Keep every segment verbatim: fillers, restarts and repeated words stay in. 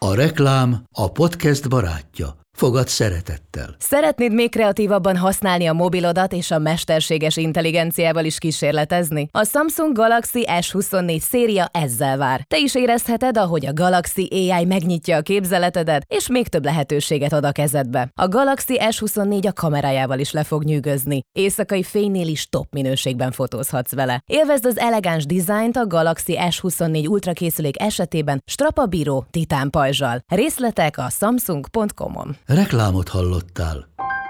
A reklám a podcast barátja. Fogad szeretettel. Szeretnéd még kreatívabban használni a mobilodat és a mesterséges intelligenciával is kísérletezni? A Samsung Galaxy S huszonnégy széria ezzel vár. Te is érezheted, ahogy a Galaxy á i megnyitja a képzeletedet, és még több lehetőséget ad a kezedbe. A Galaxy S huszonnégy a kamerájával is le fog nyűgözni. Éjszakai fénynél is top minőségben fotózhatsz vele. Élvezd az elegáns dizájnt a Galaxy S huszonnégy Ultra készülék esetében strapabíró titán pajzsal. Részletek a samsung pont com-on. Reklámot hallottál.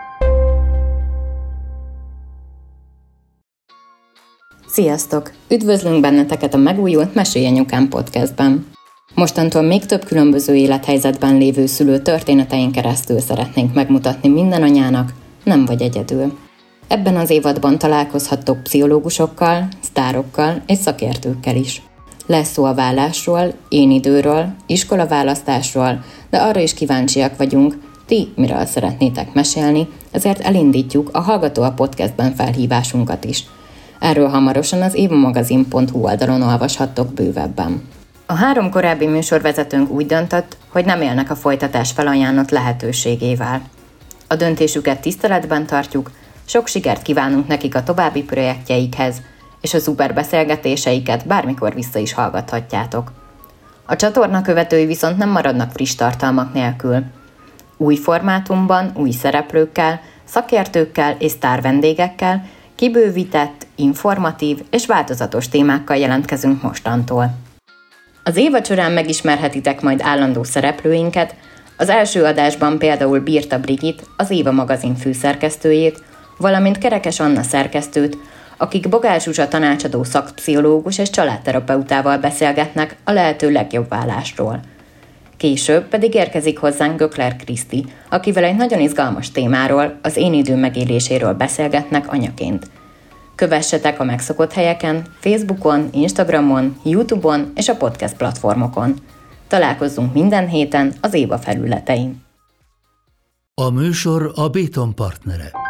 Sziasztok! Üdvözlünk benneteket a megújult Mesélj Anyukám podcastben. Mostantól még több különböző élethelyzetben lévő szülő történetein keresztül szeretnénk megmutatni minden anyának, nem vagy egyedül. Ebben az évadban találkozhattok pszichológusokkal, sztárokkal és szakértőkkel is. Lesz szó a vállásról, én időről, iskolaválasztásról, de arra is kíváncsiak vagyunk, ti miről szeretnétek mesélni, ezért elindítjuk a Hallgató a Podcastben felhívásunkat is. Erről hamarosan az évamagazin pont hu oldalon olvashattok bővebben. A három korábbi műsorvezetőnk úgy döntött, hogy nem élnek a folytatás felajánlott lehetőségével. A döntésüket tiszteletben tartjuk, sok sikert kívánunk nekik a további projektjeikhez, és a szuper beszélgetéseiket bármikor vissza is hallgathatjátok. A csatorna követői viszont nem maradnak friss tartalmak nélkül. Új formátumban, új szereplőkkel, szakértőkkel és sztárvendégekkel, kibővített, informatív és változatos témákkal jelentkezünk mostantól. Az évad során megismerhetitek majd állandó szereplőinket, az első adásban például Birta Brigit, az Éva magazin főszerkesztőjét, valamint Kerekes Anna szerkesztőt, akik Bogár Zsuzsa tanácsadó szakpszichológus és családterapeutával beszélgetnek a lehető legjobb vállásról. Később pedig érkezik hozzánk Gökler Kriszti, akivel egy nagyon izgalmas témáról, az én idő megéléséről beszélgetnek anyaként. Kövessetek a megszokott helyeken, Facebookon, Instagramon, YouTube-on és a podcast platformokon. Találkozzunk minden héten az Éva felületein. A műsor a Béton partnere.